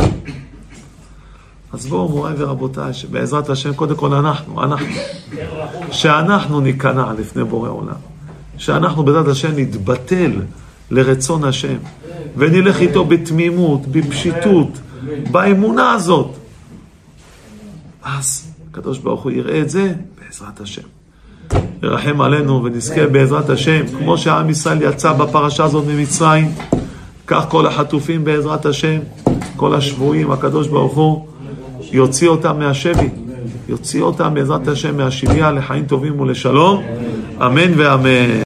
A: אז בואו מוריי ורבותיי, שבעזרת השם קודם כל אנחנו, שאנחנו ניכנע לפני בורא עולם. שאנחנו בעזרת השם נתבטל לרצון השם, ונלך איתו בתמימות, בפשיטות, באמונה הזאת. אז הקדוש ברוך הוא יראה את זה בעזרת השם. ירחם עלינו ונזכה בעזרת השם, כמו שהעם ישראל יצא בפרשה הזאת ממצרים, כך כל החטופים בעזרת השם, כל השבויים, הקדוש ברוך הוא יוציא אותם מהשבי, יוציא אותם בעזרת השם מהשביה לחיים טובים ולשלום, אמן ואמן.